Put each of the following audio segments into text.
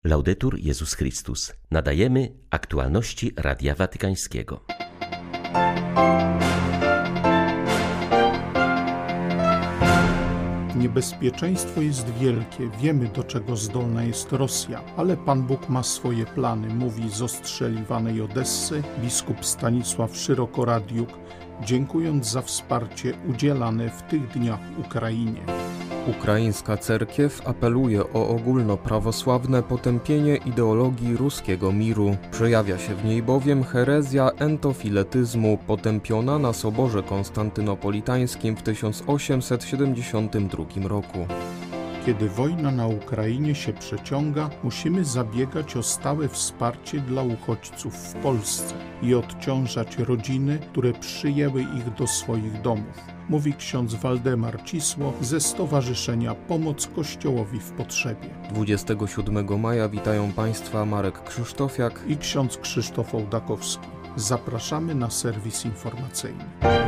Laudetur Jezus Chrystus. Nadajemy aktualności Radia Watykańskiego. Niebezpieczeństwo jest wielkie, wiemy, do czego zdolna jest Rosja, ale Pan Bóg ma swoje plany, mówi z ostrzeliwanej Odessy biskup Stanisław Szyrokoradiuk, dziękując za wsparcie udzielane w tych dniach Ukrainie. Ukraińska cerkiew apeluje o ogólnoprawosławne potępienie ideologii ruskiego miru. Przejawia się w niej bowiem herezja entofiletyzmu potępiona na Soborze Konstantynopolitańskim w 1872 roku. Kiedy wojna na Ukrainie się przeciąga, musimy zabiegać o stałe wsparcie dla uchodźców w Polsce i odciążać rodziny, które przyjęły ich do swoich domów, mówi ksiądz Waldemar Cisło ze Stowarzyszenia Pomoc Kościołowi w Potrzebie. 27 maja witają Państwa Marek Krzysztofiak i ksiądz Krzysztof Ołdakowski. Zapraszamy na serwis informacyjny.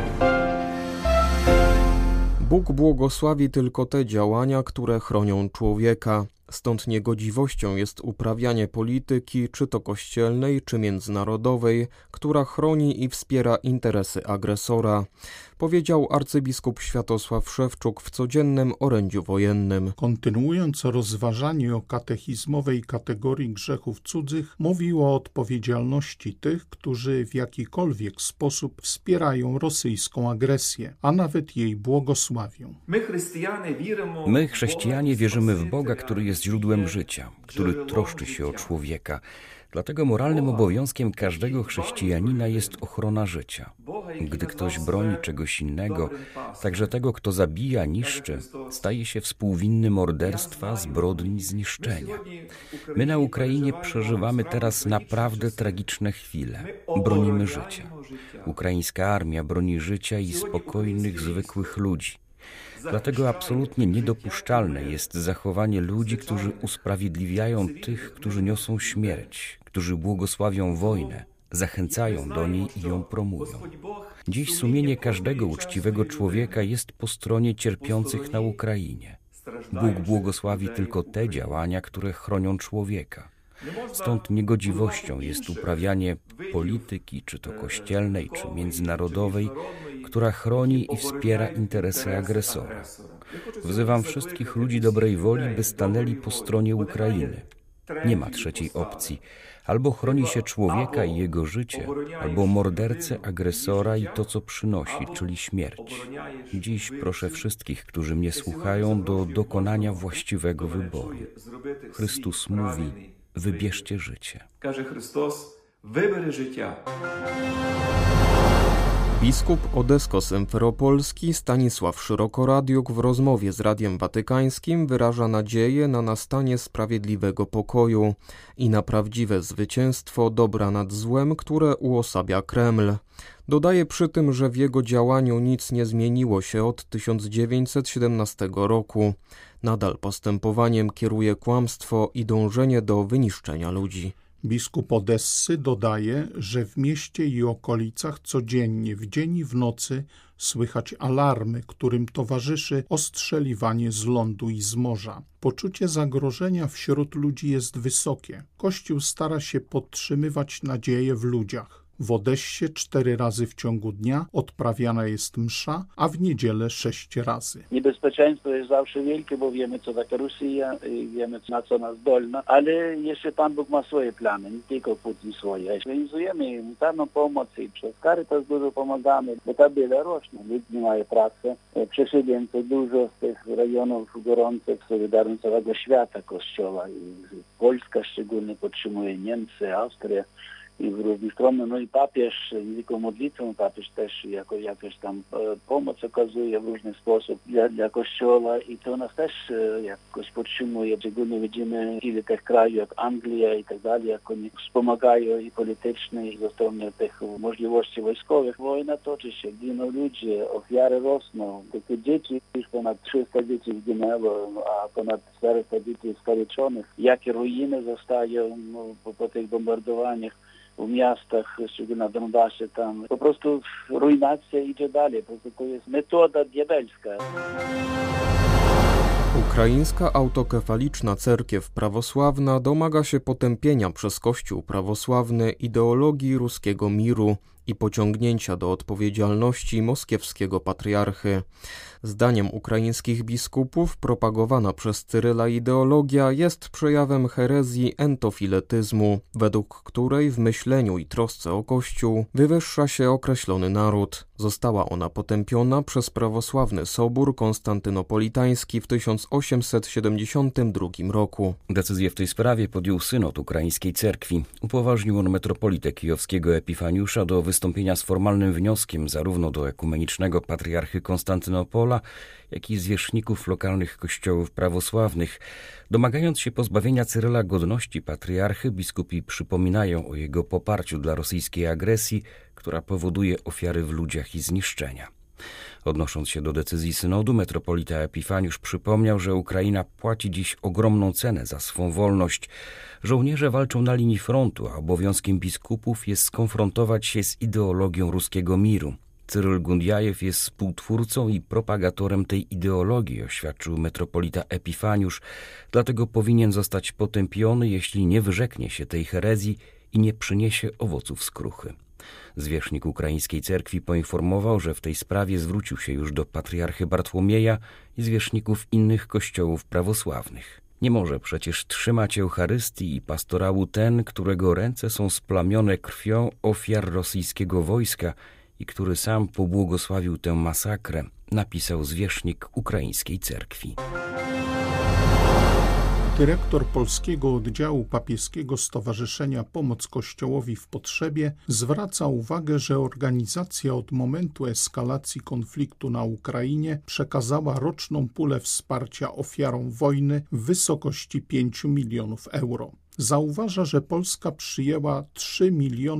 Bóg błogosławi tylko te działania, które chronią człowieka. Stąd niegodziwością jest uprawianie polityki, czy to kościelnej, czy międzynarodowej, która chroni i wspiera interesy agresora, powiedział arcybiskup Światosław Szewczuk w codziennym orędziu wojennym. Kontynuując rozważanie o katechizmowej kategorii grzechów cudzych, mówił o odpowiedzialności tych, którzy w jakikolwiek sposób wspierają rosyjską agresję, a nawet jej błogosławią. My, chrześcijanie, wierzymy w Boga, który jest źródłem życia, który troszczy się o człowieka. Dlatego moralnym obowiązkiem każdego chrześcijanina jest ochrona życia. Gdy ktoś broni czegoś innego, także tego, kto zabija, niszczy, staje się współwinny morderstwa, zbrodni, zniszczenia. My na Ukrainie przeżywamy teraz naprawdę tragiczne chwile. Bronimy życia. Ukraińska armia broni życia i spokojnych, zwykłych ludzi. Dlatego absolutnie niedopuszczalne jest zachowanie ludzi, którzy usprawiedliwiają tych, którzy niosą śmierć, którzy błogosławią wojnę, zachęcają do niej i ją promują. Dziś sumienie każdego uczciwego człowieka jest po stronie cierpiących na Ukrainie. Bóg błogosławi tylko te działania, które chronią człowieka. Stąd niegodziwością jest uprawianie polityki, czy to kościelnej, czy międzynarodowej, która chroni i wspiera interesy agresora. Wzywam wszystkich ludzi dobrej woli, by stanęli po stronie Ukrainy. Nie ma trzeciej opcji. Albo chroni się człowieka i jego życie, albo mordercę, agresora i to, co przynosi, czyli śmierć. Dziś proszę wszystkich, którzy mnie słuchają, do dokonania właściwego wyboru. Chrystus mówi: wybierzcie życie. Każe Chrystus, wybierz życia. Biskup Odesko-Symferopolski Stanisław Szyrokoradiuk w rozmowie z Radiem Watykańskim wyraża nadzieję na nastanie sprawiedliwego pokoju i na prawdziwe zwycięstwo dobra nad złem, które uosabia Kreml. Dodaje przy tym, że w jego działaniu nic nie zmieniło się od 1917 roku. Nadal postępowaniem kieruje kłamstwo i dążenie do wyniszczenia ludzi. Biskup Odessy dodaje, że w mieście i okolicach codziennie, w dzień i w nocy słychać alarmy, którym towarzyszy ostrzeliwanie z lądu i z morza. Poczucie zagrożenia wśród ludzi jest wysokie. Kościół stara się podtrzymywać nadzieję w ludziach. W Odessie 4 razy w ciągu dnia odprawiana jest msza, a w niedzielę 6 razy. Niebezpieczeństwo jest zawsze wielkie, bo wiemy, co taka Rosja i wiemy, na co nas zdolna, ale jeszcze Pan Bóg ma swoje plany, nie tylko Putin swoje. Organizujemy humanitarną pomoc i przez Caritas dużo pomagamy, bo ta bieda rośnie, ludzie nie mają pracy. Przesiedleńców dużo z tych rejonów gorących, solidarnych całego świata Kościoła i Polska szczególnie podtrzymuje, Niemcy, Austria. I w różnych stronach, no i papież, nie tylko modlitwą, papież też jakoś tam pomoc okazuje w różny sposób dla Kościoła i to nas też jakoś podtrzymuje. Szczególnie widzimy ile tych krajów jak Anglia i tak dalej, jak oni wspomagają i politycznie i ze strony tych możliwości wojskowych. Wojna toczy się, giną ludzie, ofiary rosną. Takie dzieci, już ponad 300 dzieci zginęło, a ponad 400 dzieci skaleczonych. Jakie ruiny zostają po tych bombardowaniach w miastach, szczególnie na Donbasie, tam po prostu ruinacja idzie dalej, po prostu to jest metoda diabelska. Ukraińska autokefaliczna cerkiew prawosławna domaga się potępienia przez Kościół prawosławny ideologii ruskiego miru i pociągnięcia do odpowiedzialności moskiewskiego patriarchy. Zdaniem ukraińskich biskupów propagowana przez Cyryla ideologia jest przejawem herezji entofiletyzmu, według której w myśleniu i trosce o Kościół wywyższa się określony naród. Została ona potępiona przez prawosławny Sobór Konstantynopolitański w 1872 roku. Decyzję w tej sprawie podjął synod ukraińskiej cerkwi. Upoważnił on metropolitę kijowskiego Epifaniusza do wystąpienia z formalnym wnioskiem zarówno do ekumenicznego patriarchy Konstantynopola, jak i zwierzchników lokalnych kościołów prawosławnych. Domagając się pozbawienia Cyryla godności patriarchy, biskupi przypominają o jego poparciu dla rosyjskiej agresji, która powoduje ofiary w ludziach i zniszczenia. Odnosząc się do decyzji synodu, metropolita Epifaniusz przypomniał, że Ukraina płaci dziś ogromną cenę za swą wolność. Żołnierze walczą na linii frontu, a obowiązkiem biskupów jest skonfrontować się z ideologią ruskiego miru. Cyryl Gundjajew jest współtwórcą i propagatorem tej ideologii, oświadczył metropolita Epifaniusz, dlatego powinien zostać potępiony, jeśli nie wyrzeknie się tej herezji i nie przyniesie owoców skruchy. Zwierzchnik ukraińskiej cerkwi poinformował, że w tej sprawie zwrócił się już do patriarchy Bartłomieja i zwierzchników innych kościołów prawosławnych. Nie może przecież trzymać Eucharystii i pastorału ten, którego ręce są splamione krwią ofiar rosyjskiego wojska i który sam pobłogosławił tę masakrę, napisał zwierzchnik ukraińskiej cerkwi. Dyrektor polskiego oddziału papieskiego Stowarzyszenia Pomoc Kościołowi w Potrzebie zwraca uwagę, że organizacja od momentu eskalacji konfliktu na Ukrainie przekazała roczną pulę wsparcia ofiarom wojny w wysokości 5 milionów euro. Zauważa, że Polska przyjęła 3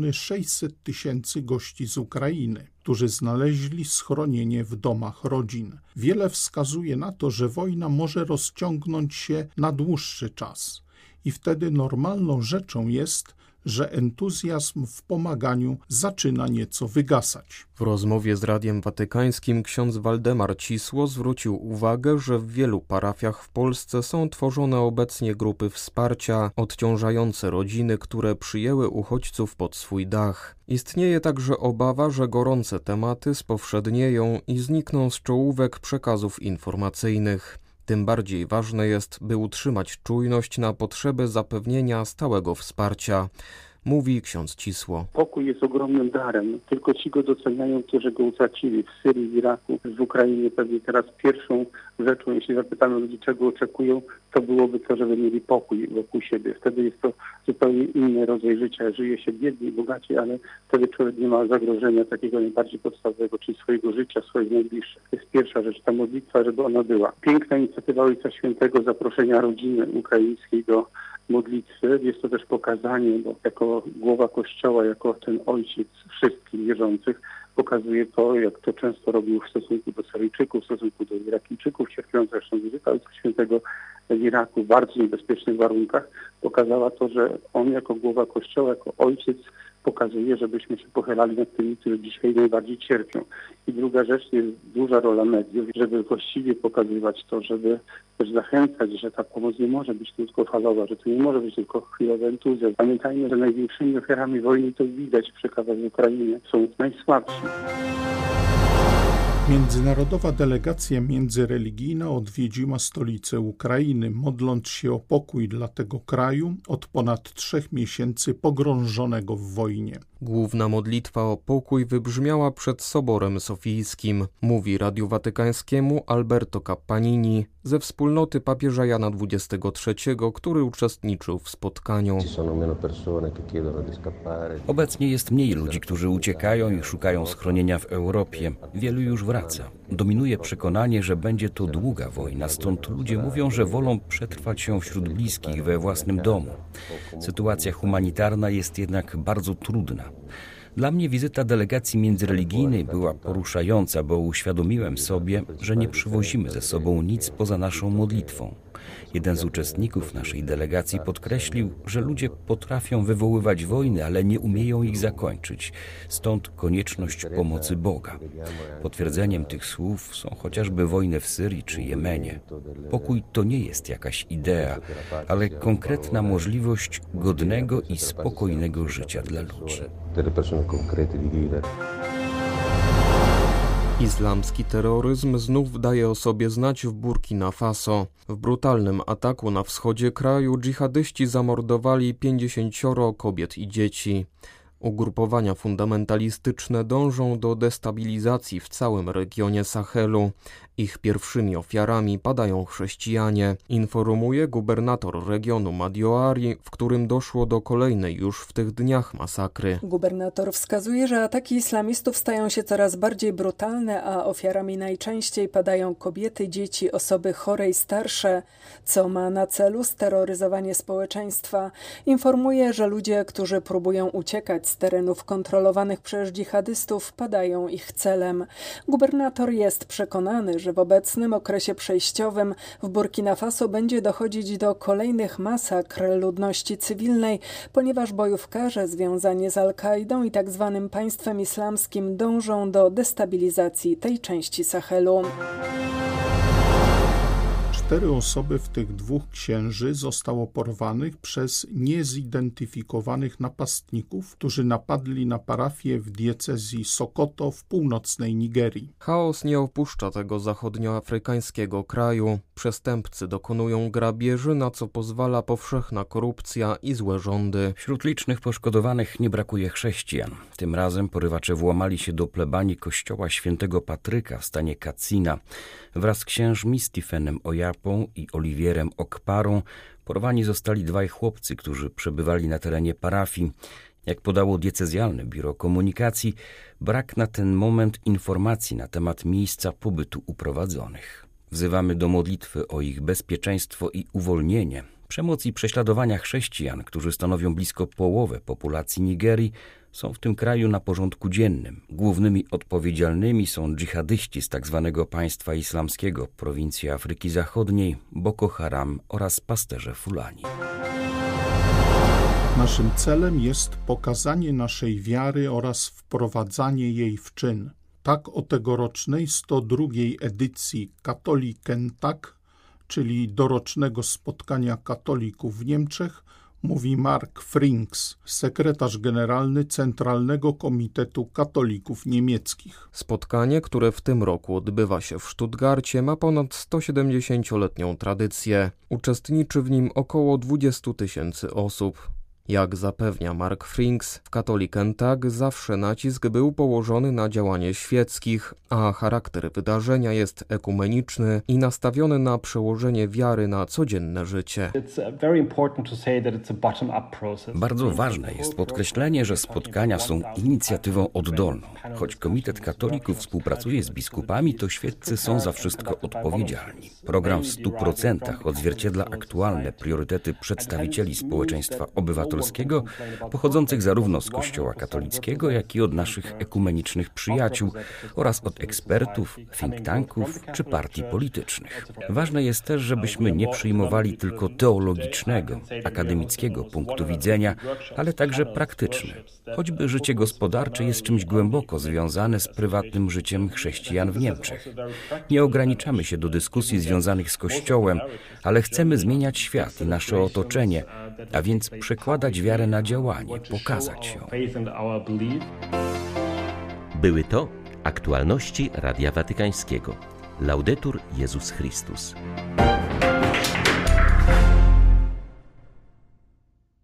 600 000 gości z Ukrainy, którzy znaleźli schronienie w domach rodzin. Wiele wskazuje na to, że wojna może rozciągnąć się na dłuższy czas i wtedy normalną rzeczą jest, że entuzjazm w pomaganiu zaczyna nieco wygasać. W rozmowie z Radiem Watykańskim ksiądz Waldemar Cisło zwrócił uwagę, że w wielu parafiach w Polsce są tworzone obecnie grupy wsparcia odciążające rodziny, które przyjęły uchodźców pod swój dach. Istnieje także obawa, że gorące tematy spowszednieją i znikną z czołówek przekazów informacyjnych. Tym bardziej ważne jest, by utrzymać czujność na potrzebę zapewnienia stałego wsparcia, mówi ksiądz Cisło. Pokój jest ogromnym darem, tylko ci go doceniają, którzy go utracili w Syrii, w Iraku, w Ukrainie. Pewnie teraz pierwszą rzeczą, jeśli zapytamy ludzi, czego oczekują, to byłoby to, żeby mieli pokój wokół siebie. Wtedy jest to zupełnie inny rodzaj życia. Żyje się biedniej, bogaciej, ale wtedy człowiek nie ma zagrożenia takiego najbardziej podstawowego, czyli swojego życia, swoich najbliższych. To jest pierwsza rzecz, ta modlitwa, żeby ona była. Piękna inicjatywa Ojca Świętego, zaproszenia rodziny ukraińskiej do modlitwy. Jest to też pokazanie, bo jako głowa Kościoła, jako ten ojciec wszystkich wierzących, pokazuje to, jak to często robił w stosunku do Syryjczyków, w stosunku do Irakijczyków. Cierpiąca zresztą wizyta Ojca Świętego w Iraku w bardzo niebezpiecznych warunkach pokazała to, że on jako głowa Kościoła, jako ojciec pokazuje, żebyśmy się pochylali nad tymi, którzy dzisiaj najbardziej cierpią. I druga rzecz, jest duża rola mediów, żeby właściwie pokazywać to, żeby też zachęcać, że ta pomoc nie może być krótkofalowa, że to nie może być tylko chwilowy entuzjazm. Pamiętajmy, że największymi ofiarami wojny, to widać w przekazach z Ukrainy, są najsłabsi. Międzynarodowa delegacja międzyreligijna odwiedziła stolicę Ukrainy, modląc się o pokój dla tego kraju od ponad 3 miesięcy pogrążonego w wojnie. Główna modlitwa o pokój wybrzmiała przed Soborem Sofijskim, mówi Radiu Watykańskiemu Alberto Cappanini ze wspólnoty papieża Jana XXIII, który uczestniczył w spotkaniu. Obecnie jest mniej ludzi, którzy uciekają i szukają schronienia w Europie. Wielu już wraca. Dominuje przekonanie, że będzie to długa wojna, stąd ludzie mówią, że wolą przetrwać ją wśród bliskich we własnym domu. Sytuacja humanitarna jest jednak bardzo trudna. Dla mnie wizyta delegacji międzyreligijnej była poruszająca, bo uświadomiłem sobie, że nie przywozimy ze sobą nic poza naszą modlitwą. Jeden z uczestników naszej delegacji podkreślił, że ludzie potrafią wywoływać wojny, ale nie umieją ich zakończyć. Stąd konieczność pomocy Boga. Potwierdzeniem tych słów są chociażby wojny w Syrii czy Jemenie. Pokój to nie jest jakaś idea, ale konkretna możliwość godnego i spokojnego życia dla ludzi. Islamski terroryzm znów daje o sobie znać w Burkina Faso. W brutalnym ataku na wschodzie kraju dżihadyści zamordowali 50 kobiet i dzieci. Ugrupowania fundamentalistyczne dążą do destabilizacji w całym regionie Sahelu. Ich pierwszymi ofiarami padają chrześcijanie, informuje gubernator regionu Madioari, w którym doszło do kolejnej już w tych dniach masakry. Gubernator wskazuje, że ataki islamistów stają się coraz bardziej brutalne, a ofiarami najczęściej padają kobiety, dzieci, osoby chore i starsze, co ma na celu steroryzowanie społeczeństwa. Informuje, że ludzie, którzy próbują uciekać z terenów kontrolowanych przez dżihadystów, padają ich celem. Gubernator jest przekonany, że w obecnym okresie przejściowym w Burkina Faso będzie dochodzić do kolejnych masakr ludności cywilnej, ponieważ bojówkarze związani z Al-Kaidą i tzw. państwem islamskim dążą do destabilizacji tej części Sahelu. 4 osoby, w tych 2 księży, zostało porwanych przez niezidentyfikowanych napastników, którzy napadli na parafię w diecezji Sokoto w północnej Nigerii. Chaos nie opuszcza tego zachodnioafrykańskiego kraju. Przestępcy dokonują grabieży, na co pozwala powszechna korupcja i złe rządy. Wśród licznych poszkodowanych nie brakuje chrześcijan. Tym razem porywacze włamali się do plebanii kościoła świętego Patryka w stanie Katsina. Wraz z księżmi Stephenem Oyapą i Oliwierem Okparą porwani zostali 2 chłopcy, którzy przebywali na terenie parafii. Jak podało diecezjalne biuro komunikacji, brak na ten moment informacji na temat miejsca pobytu uprowadzonych. Wzywamy do modlitwy o ich bezpieczeństwo i uwolnienie. Przemoc i prześladowania chrześcijan, którzy stanowią blisko połowę populacji Nigerii, są w tym kraju na porządku dziennym. Głównymi odpowiedzialnymi są dżihadyści z tzw. państwa islamskiego prowincji Afryki Zachodniej, Boko Haram oraz pasterze Fulani. Naszym celem jest pokazanie naszej wiary oraz wprowadzanie jej w czyn. Tak o tegorocznej 102. edycji Katolikentak, czyli dorocznego spotkania katolików w Niemczech, mówi Mark Frings, sekretarz generalny Centralnego Komitetu Katolików Niemieckich. Spotkanie, które w tym roku odbywa się w Stuttgarcie, ma ponad 170-letnią tradycję. Uczestniczy w nim około 20 000 osób. Jak zapewnia Mark Frings, w Katolikentak zawsze nacisk był położony na działanie świeckich, a charakter wydarzenia jest ekumeniczny i nastawiony na przełożenie wiary na codzienne życie. Bardzo ważne jest podkreślenie, że spotkania są inicjatywą oddolną. Choć Komitet Katolików współpracuje z biskupami, to świeccy są za wszystko odpowiedzialni. Program w 100% odzwierciedla aktualne priorytety przedstawicieli społeczeństwa obywatelskiego, pochodzących zarówno z Kościoła katolickiego, jak i od naszych ekumenicznych przyjaciół oraz od ekspertów, think tanków czy partii politycznych. Ważne jest też, żebyśmy nie przyjmowali tylko teologicznego, akademickiego punktu widzenia, ale także praktyczny. Choćby życie gospodarcze jest czymś głęboko związane z prywatnym życiem chrześcijan w Niemczech. Nie ograniczamy się do dyskusji związanych z Kościołem, ale chcemy zmieniać świat i nasze otoczenie, a więc przekładać wiarę na działanie, pokazać ją. Były to aktualności Radia Watykańskiego. Laudetur Jezus Chrystus.